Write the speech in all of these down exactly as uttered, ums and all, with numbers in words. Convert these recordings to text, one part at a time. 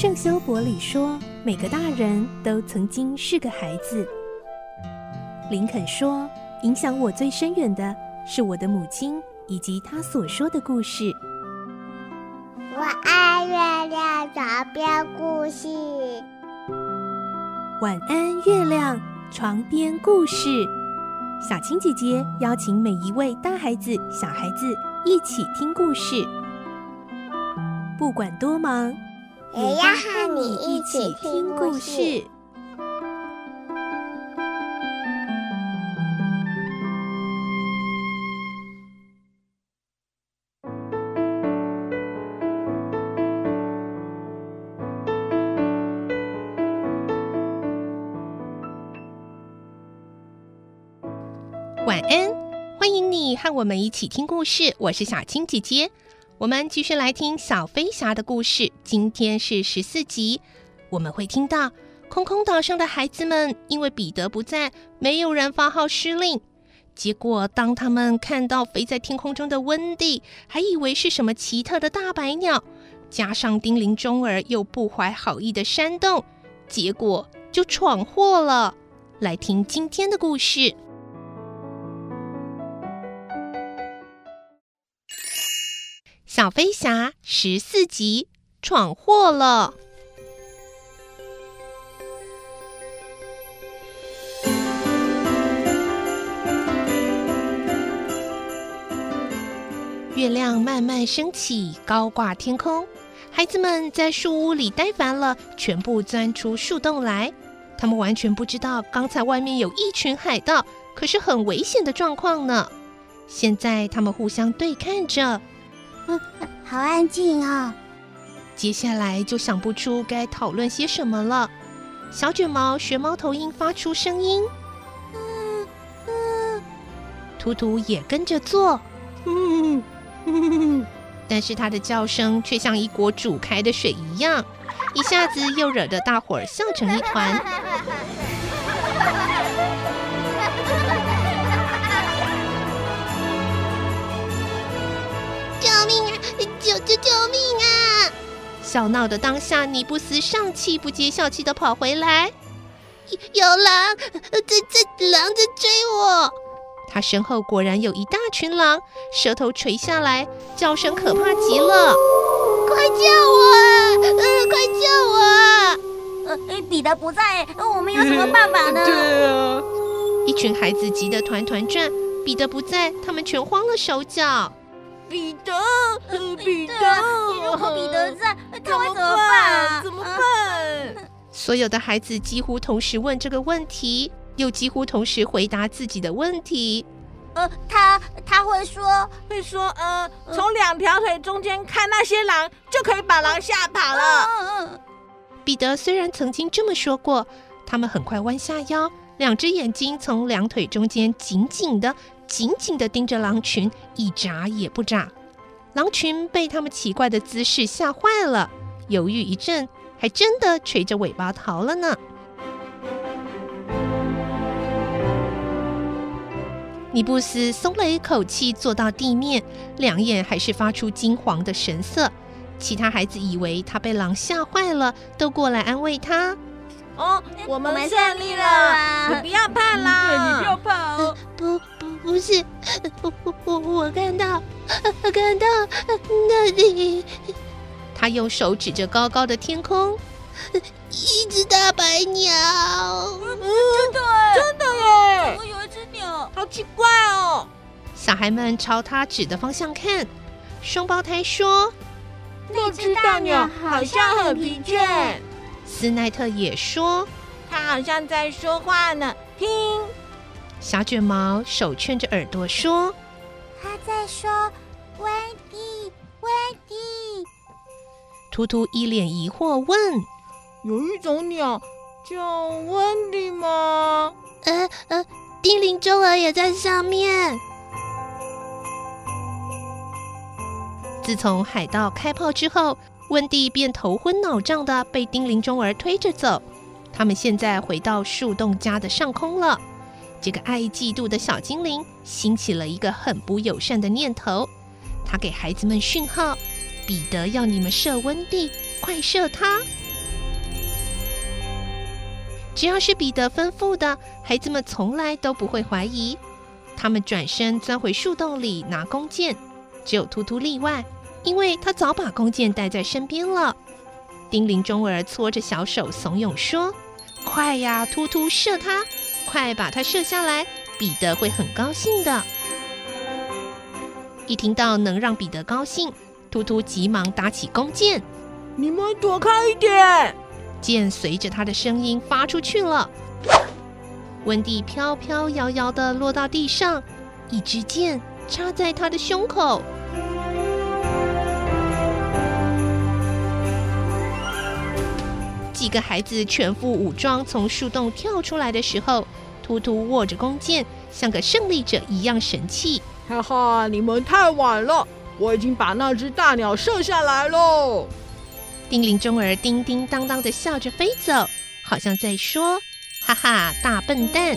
圣修伯里说，每个大人都曾经是个孩子。林肯说，影响我最深远的是我的母亲以及她所说的故事。 我爱月亮床边故事。 晚安，月亮床边故事。小青姐姐邀请每一位大孩子、小孩子一起听故事，不管多忙， 也要和你一起听故事。 晚安，欢迎你和我们一起听故事，我是小青姐姐。我们继续来听小飞侠的故事，今天是十四集。我们会听到空空岛上的孩子们因为彼得不在，没有人发号施令，结果当他们看到飞在天空中的温蒂，还以为是什么奇特的大白鸟，加上叮铃钟儿又不怀好意的煽动，结果就闯祸了。来听今天的故事。小飞侠十四集，闯祸了。月亮慢慢升起，高挂天空。孩子们在树屋里呆烦了，全部钻出树洞来。他们完全不知道刚才外面有一群海盗，可是很危险的状况呢。现在他们互相对看着， 嗯，好安静哦。 接下来就想不出该讨论些什么了。小卷毛学猫头鹰发出声音， 嗯嗯， 图图也跟着做，嗯嗯，但是它的叫声却像一锅煮开的水一样，一下子又惹得大伙儿笑成一团。 救命啊！救救救命啊！ 笑闹的当下，尼布斯上气不接下气的跑回来， 有狼，这这狼在追我！ 他身后果然有一大群狼，舌头垂下来，叫声可怕极了。 快救我啊！呃，快救我啊！呃，彼得不在，我们有什么办法呢？ 对啊， 一群孩子急得团团转，彼得不在，他们全慌了手脚。 彼得，呃，彼得， 如果彼得在，他会怎么办啊？ 怎么办？ 所有的孩子几乎同时问这个问题，又几乎同时回答自己的问题。 呃，他他会说， 会说，呃，从两条腿中间看那些狼，就可以把狼吓跑了。 嗯嗯。 彼得虽然曾经这么说过，他们很快弯下腰，两只眼睛从两腿中间紧紧的、紧紧的盯着狼群，一眨也不眨。狼群被他们奇怪的姿势吓坏了，犹豫一阵，还真的垂着尾巴逃了呢。尼布斯松了一口气，坐到地面，两眼还是发出惊惶的神色。其他孩子以为他被狼吓坏了，都过来安慰他。 哦，我们胜利了，你不要怕啦！对，你不要怕哦。 不不不是，我我我看到，看到那里。 他用手指着高高的天空， 一只大白鸟。 嗯，真的哎，真的耶！ 我有一只鸟， 好奇怪哦。 小孩们朝他指的方向看。双胞胎说：“ 那只大鸟好像很疲倦。” 斯奈特也说：“ 他好像在说话呢。”听， 小卷毛手圈着耳朵说：“ 他在说温蒂，温蒂。” 图图一脸疑惑问：“ 有一种鸟叫温蒂吗？” 呃呃，叮铃钟儿也在上面。 自从海盗开炮之后，温蒂便头昏脑胀的被叮铃钟儿推着走。他们现在回到树洞家的上空了。这个爱嫉妒的小精灵兴起了一个很不友善的念头，他给孩子们讯号：彼得要你们射温蒂，快射他！ 只要是彼得吩咐的，孩子们从来都不会怀疑。他们转身钻回树洞里拿弓箭，只有突突例外，因为他早把弓箭带在身边了。丁灵中儿搓着小手怂恿说：“快呀，突突射他，快把他射下来，彼得会很高兴的。”一听到能让彼得高兴，突突急忙打起弓箭。 你们躲开一点！ 箭随着他的声音发出去了。温蒂飘飘摇摇地落到地上，一支箭插在他的胸口。几个孩子全副武装从树洞跳出来的时候，突突握着弓箭，像个胜利者一样神气。 哈哈，你们太晚了，我已经把那只大鸟射下来喽！ 丁灵中儿叮叮当当地笑着飞走，好像在说：“哈哈，大笨蛋！”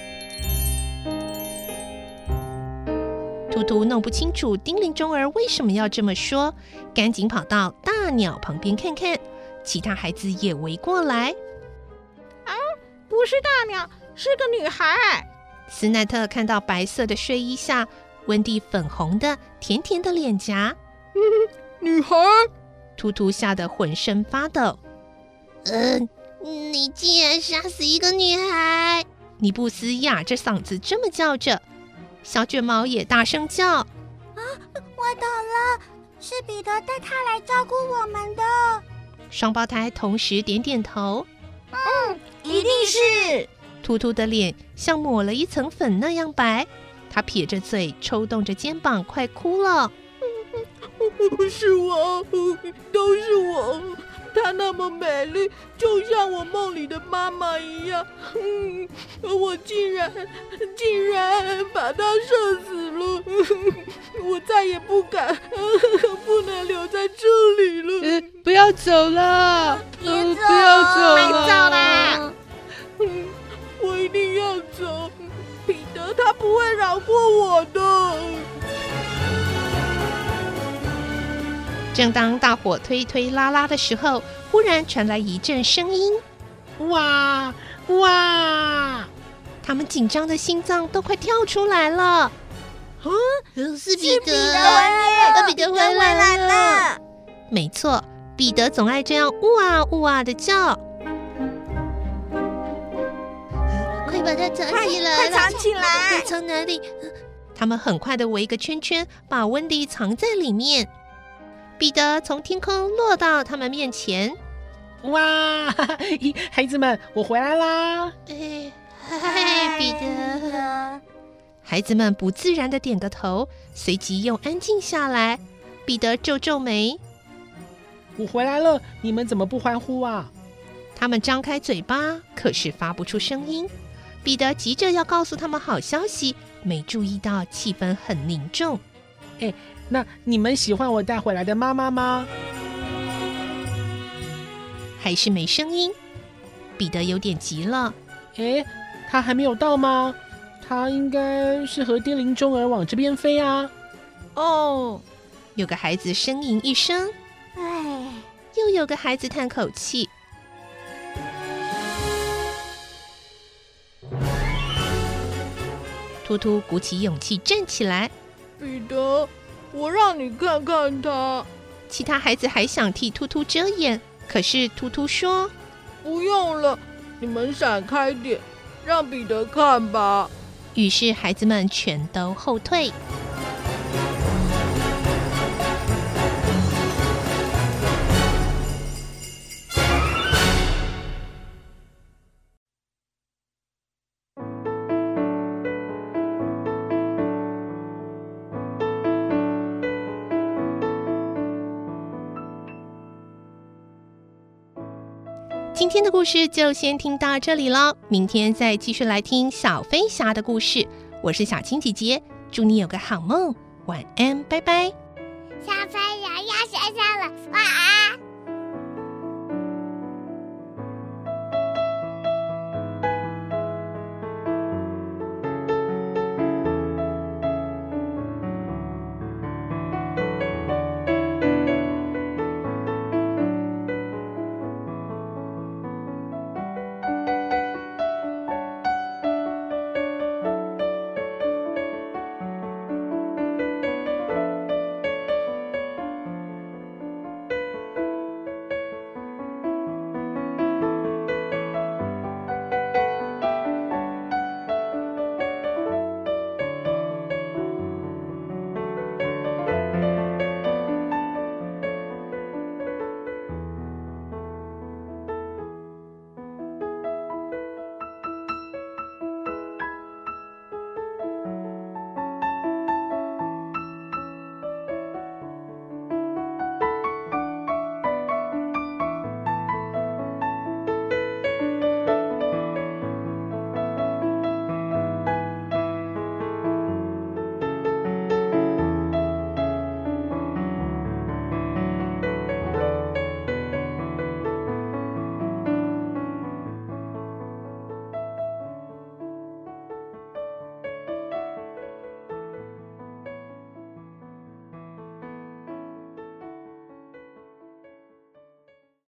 突突弄不清楚丁灵中儿为什么要这么说，赶紧跑到大鸟旁边看看。其他孩子也围过来。 啊，不是大鸟，是个女孩。 斯奈特看到白色的睡衣下温蒂粉红的甜甜的脸颊。 嗯，女孩。 突突吓得浑身发抖。 嗯、呃，你竟然杀死一个女孩！ 尼布斯哑着嗓子这么叫着，小卷毛也大声叫。啊， 我懂了，是彼得带他来照顾我们的。 双胞胎同时点点头。 嗯， 一定是。 突突的脸像抹了一层粉那样白，他撇着嘴，抽动着肩膀，快哭了。 是我，都是我。她那么美丽，就像我梦里的妈妈一样。嗯，我竟然竟然把她射死了。我再也不敢，不能留在这里了。 呃、不要走了， 别走，呃、 不要走了，别走啦！ 嗯，我一定要走。彼得他不会饶过我的。 正当大伙推推拉拉的时候，忽然传来一阵声音， 哇哇！ 他们紧张的心脏都快跳出来了。 嗯，是彼得， 得彼得回来了。 没错，彼得总爱这样呜啊呜啊的叫。 快把它藏起来， 快藏起来！ 藏哪里？ 他们很快的围一个圈圈，把温蒂藏在里面。彼得从天空落到他们面前。 哇，孩子们，我回来啦！ 哎，嗨，彼得。 孩子们不自然的点个头，随即又安静下来。彼得皱皱眉：“ 我回来了，你们怎么不欢呼啊？” 他们张开嘴巴，可是发不出声音。彼得急着要告诉他们好消息，没注意到气氛很凝重。 哎，那你们喜欢我带回来的妈妈吗？ 还是没声音。彼得有点急了。 哎，他还没有到吗？他应该是和丁灵中儿往这边飞啊。 哦， 有个孩子呻吟一声， 哎， 又有个孩子叹口气。突突鼓起勇气站起来。 彼得，我让你看看他。 其他孩子还想替突突遮掩，可是突突说：“ 不用了，你们闪开点，让彼得看吧。” 于是孩子们全都后退。今天的故事就先听到这里了，明天再继续来听小飞侠的故事。我是小青姐姐，祝你有个好梦，晚安，拜拜。 小飞侠要睡觉了，晚安。